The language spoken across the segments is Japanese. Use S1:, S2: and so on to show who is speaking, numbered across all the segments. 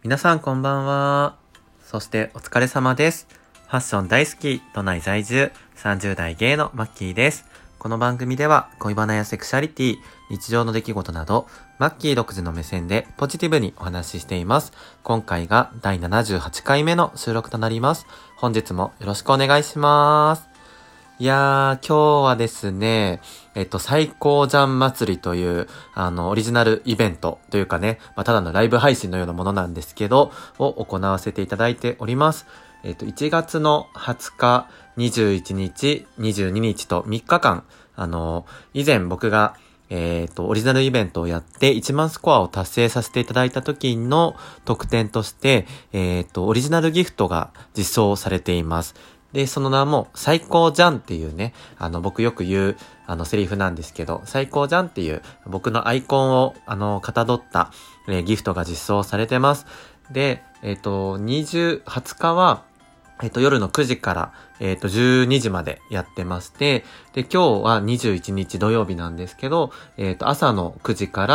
S1: 皆さんこんばんは。そしてお疲れ様です。ファッション大好き、都内在住、30代ゲイのマッキーです。この番組では恋バナやセクシャリティ、日常の出来事など、マッキー独自の目線でポジティブにお話ししています。今回が第78回目の収録となります。本日もよろしくお願いします。いやー、今日はですね、最高ジャン祭りという、オリジナルイベントというかね、ただのライブ配信のようなものなんですけど、を行わせていただいております。1月の20日、21日、22日と3日間、以前僕が、オリジナルイベントをやって1万スコアを達成させていただいた時の特典として、オリジナルギフトが実装されています。で、その名も最高じゃんっていうね、僕よく言うセリフなんですけど、最高じゃんっていう僕のアイコンをかたどった、ギフトが実装されてます。で、20日は夜の9時から、12時までやってまして、で、今日は21日土曜日なんですけど、朝の9時から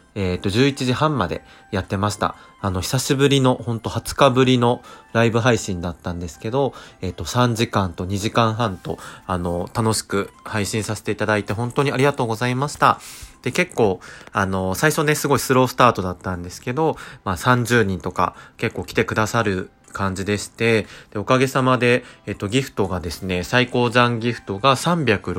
S1: 、11時半までやってました。久しぶりの、ほんと20日ぶりのライブ配信だったんですけど、3時間と2時間半と、楽しく配信させていただいて本当にありがとうございました。で、結構、最初ね、すごいスロースタートだったんですけど、30人とか結構来てくださる感じでして、で、おかげさまで、ギフトがですね、最高ジャンギフトが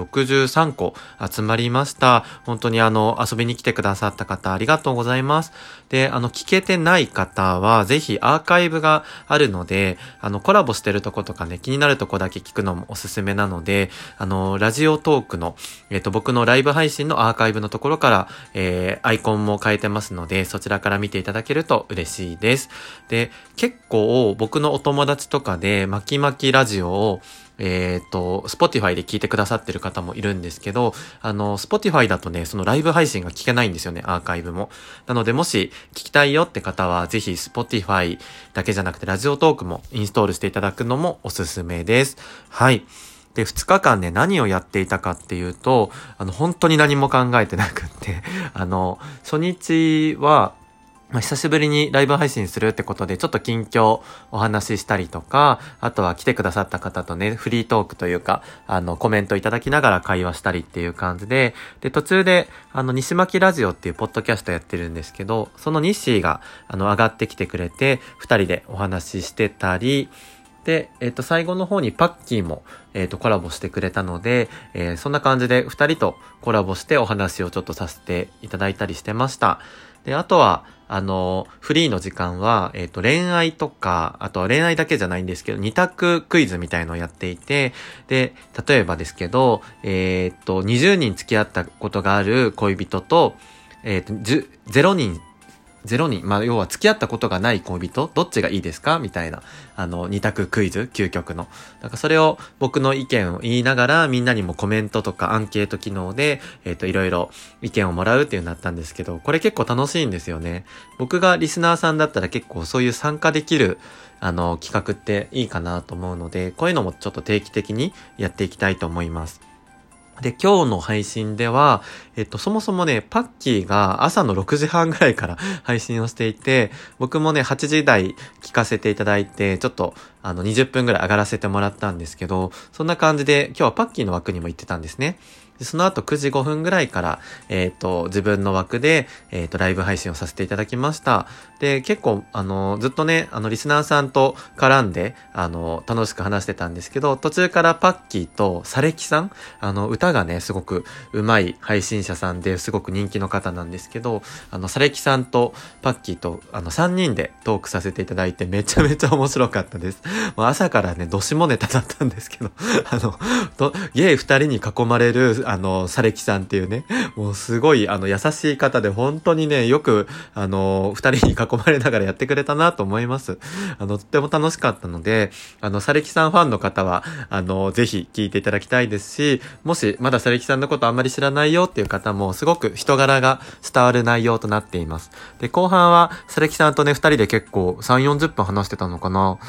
S1: 363個集まりました。本当に遊びに来てくださった方ありがとうございます。で、聞けてない方は、ぜひアーカイブがあるので、コラボしてるとことかね、気になるとこだけ聞くのもおすすめなので、ラジオトークの、僕のライブ配信のアーカイブのところから、アイコンも変えてますので、そちらから見ていただけると嬉しいです。で、結構僕のお友達とかで、まきまきラジオを、Spotify で聞いてくださってる方もいるんですけど、Spotify だとね、そのライブ配信が聞けないんですよね、アーカイブも。なので、もし聞きたいよって方は、ぜひ Spotify だけじゃなくて、ラジオトークもインストールしていただくのもおすすめです。はい。で、2日間ね、何をやっていたかっていうと、本当に何も考えてなくって、初日は、久しぶりにライブ配信するってことでちょっと近況お話ししたりとか、あとは来てくださった方とね、フリートークというか、コメントいただきながら会話したりっていう感じで、で、途中で、西巻ラジオっていうポッドキャストやってるんですけど、その日誌が、上がってきてくれて、二人でお話ししてたり、で、最後の方にパッキーも、コラボしてくれたので、そんな感じで二人とコラボしてお話をちょっとさせていただいたりしてました。で、あとは、フリーの時間は、恋愛とか、あとは恋愛だけじゃないんですけど、二択クイズみたいのをやっていて、で、例えばですけど、20人付き合ったことがある恋人と、0人、要は付き合ったことがない恋人、どっちがいいですかみたいな、二択クイズ、究極の。だからそれを僕の意見を言いながら、みんなにもコメントとかアンケート機能で、いろいろ意見をもらうっていうのになったんですけど、これ結構楽しいんですよね。僕がリスナーさんだったら結構そういう参加できる、企画っていいかなと思うので、こういうのもちょっと定期的にやっていきたいと思います。で、今日の配信では、そもそもね、パッキーが朝の6時半ぐらいから配信をしていて、僕もね、8時台聞かせていただいて、ちょっと、20分ぐらい上がらせてもらったんですけど、そんな感じで、今日はパッキーの枠にも行ってたんですね。でその後9時5分ぐらいから、自分の枠で、ライブ配信をさせていただきました。で、結構、ずっとね、リスナーさんと絡んで、楽しく話してたんですけど、途中からパッキーとサレキさん、歌がね、すごく上手い配信者さんですごく人気の方なんですけど、サレキさんとパッキーと、3人でトークさせていただいて、めちゃめちゃ面白かったです。もう朝からね、どしもネタだったんですけど、ゲイ2人に囲まれる、サレキさんっていうね、もうすごい、優しい方で、本当にね、よく、二人に囲まれながらやってくれたなと思います。とっても楽しかったので、サレキさんファンの方は、ぜひ聞いていただきたいですし、もし、まだサレキさんのことあんまり知らないよっていう方も、すごく人柄が伝わる内容となっています。で、後半は、サレキさんとね、二人で結構、3、40分話してたのかな。なの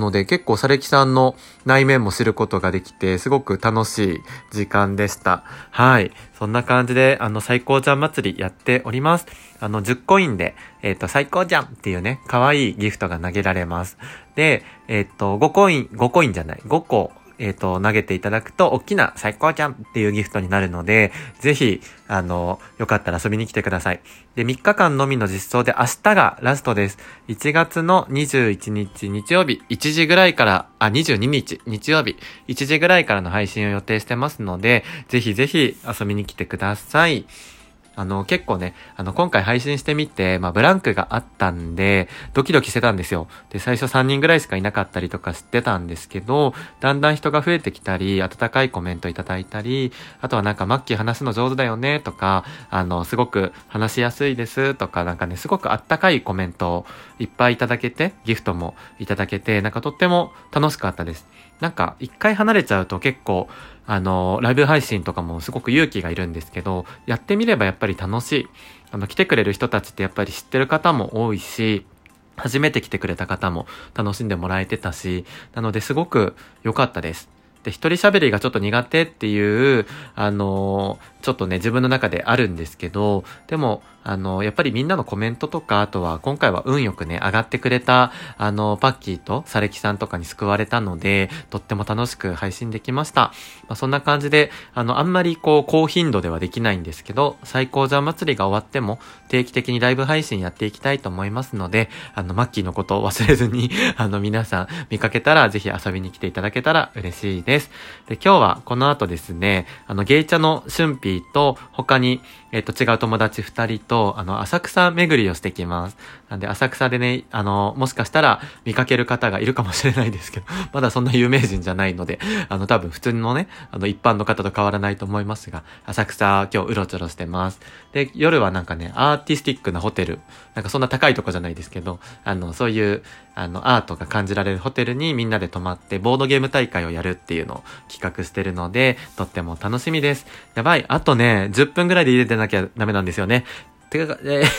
S1: ので結構佐歴さんの内面も知ることができて、すごく楽しい時間でした。はい。そんな感じで、最高じゃん祭りやっております。10コインで、最高じゃんっていうね、可愛いギフトが投げられます。で、5コインじゃない、5個、投げていただくと、大きな最高じゃんっていうギフトになるので、ぜひ、よかったら遊びに来てください。で、3日間のみの実装で明日がラストです。1月の21日日曜日、1時ぐらいから、22日日曜日、1時ぐらいからの配信を予定してますので、ぜひぜひ遊びに来てください。結構ね、今回配信してみて、ブランクがあったんで、ドキドキしてたんですよ。で、最初3人ぐらいしかいなかったりとかしてたんですけど、だんだん人が増えてきたり、温かいコメントいただいたり、あとはマッキー話すの上手だよね、とか、すごく話しやすいです、とか、すごくあったかいコメントをいっぱいいただけて、ギフトもいただけて、とっても楽しかったです。一回離れちゃうと結構、ライブ配信とかもすごく勇気がいるんですけど、やってみればやっぱり楽しい。来てくれる人たちってやっぱり知ってる方も多いし、初めて来てくれた方も楽しんでもらえてたし、なのですごく良かったです。で、一人喋りがちょっと苦手っていう、ちょっとね、自分の中であるんですけど、でも、やっぱりみんなのコメントとか、あとは今回は運よくね、上がってくれた、パッキーと佐歴さんとかに救われたので、とっても楽しく配信できました。そんな感じで、あんまり高頻度ではできないんですけど、最高じゃん祭りが終わっても、定期的にライブ配信やっていきたいと思いますので、マッキーのことを忘れずに、皆さん見かけたら、ぜひ遊びに来ていただけたら嬉しいです。で、今日はこの後ですね、ゲイチャのシュンピーと、他に、違う友達2人と、浅草巡りをしてきます。なんで、浅草でね、もしかしたら見かける方がいるかもしれないですけど、まだそんな有名人じゃないので、多分普通のね、一般の方と変わらないと思いますが、浅草今日うろちょろしてます。で、夜はアーティスティックなホテル、そんな高いとこじゃないですけど、そういう、アートが感じられるホテルにみんなで泊まってボードゲーム大会をやるっていうのを企画してるので、とっても楽しみです。やばい、あとね、10分ぐらいで入れてなきゃダメなんですよね。で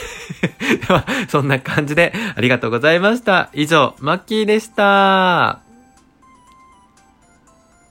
S1: は、そんな感じでありがとうございました。以上、マッキーでした。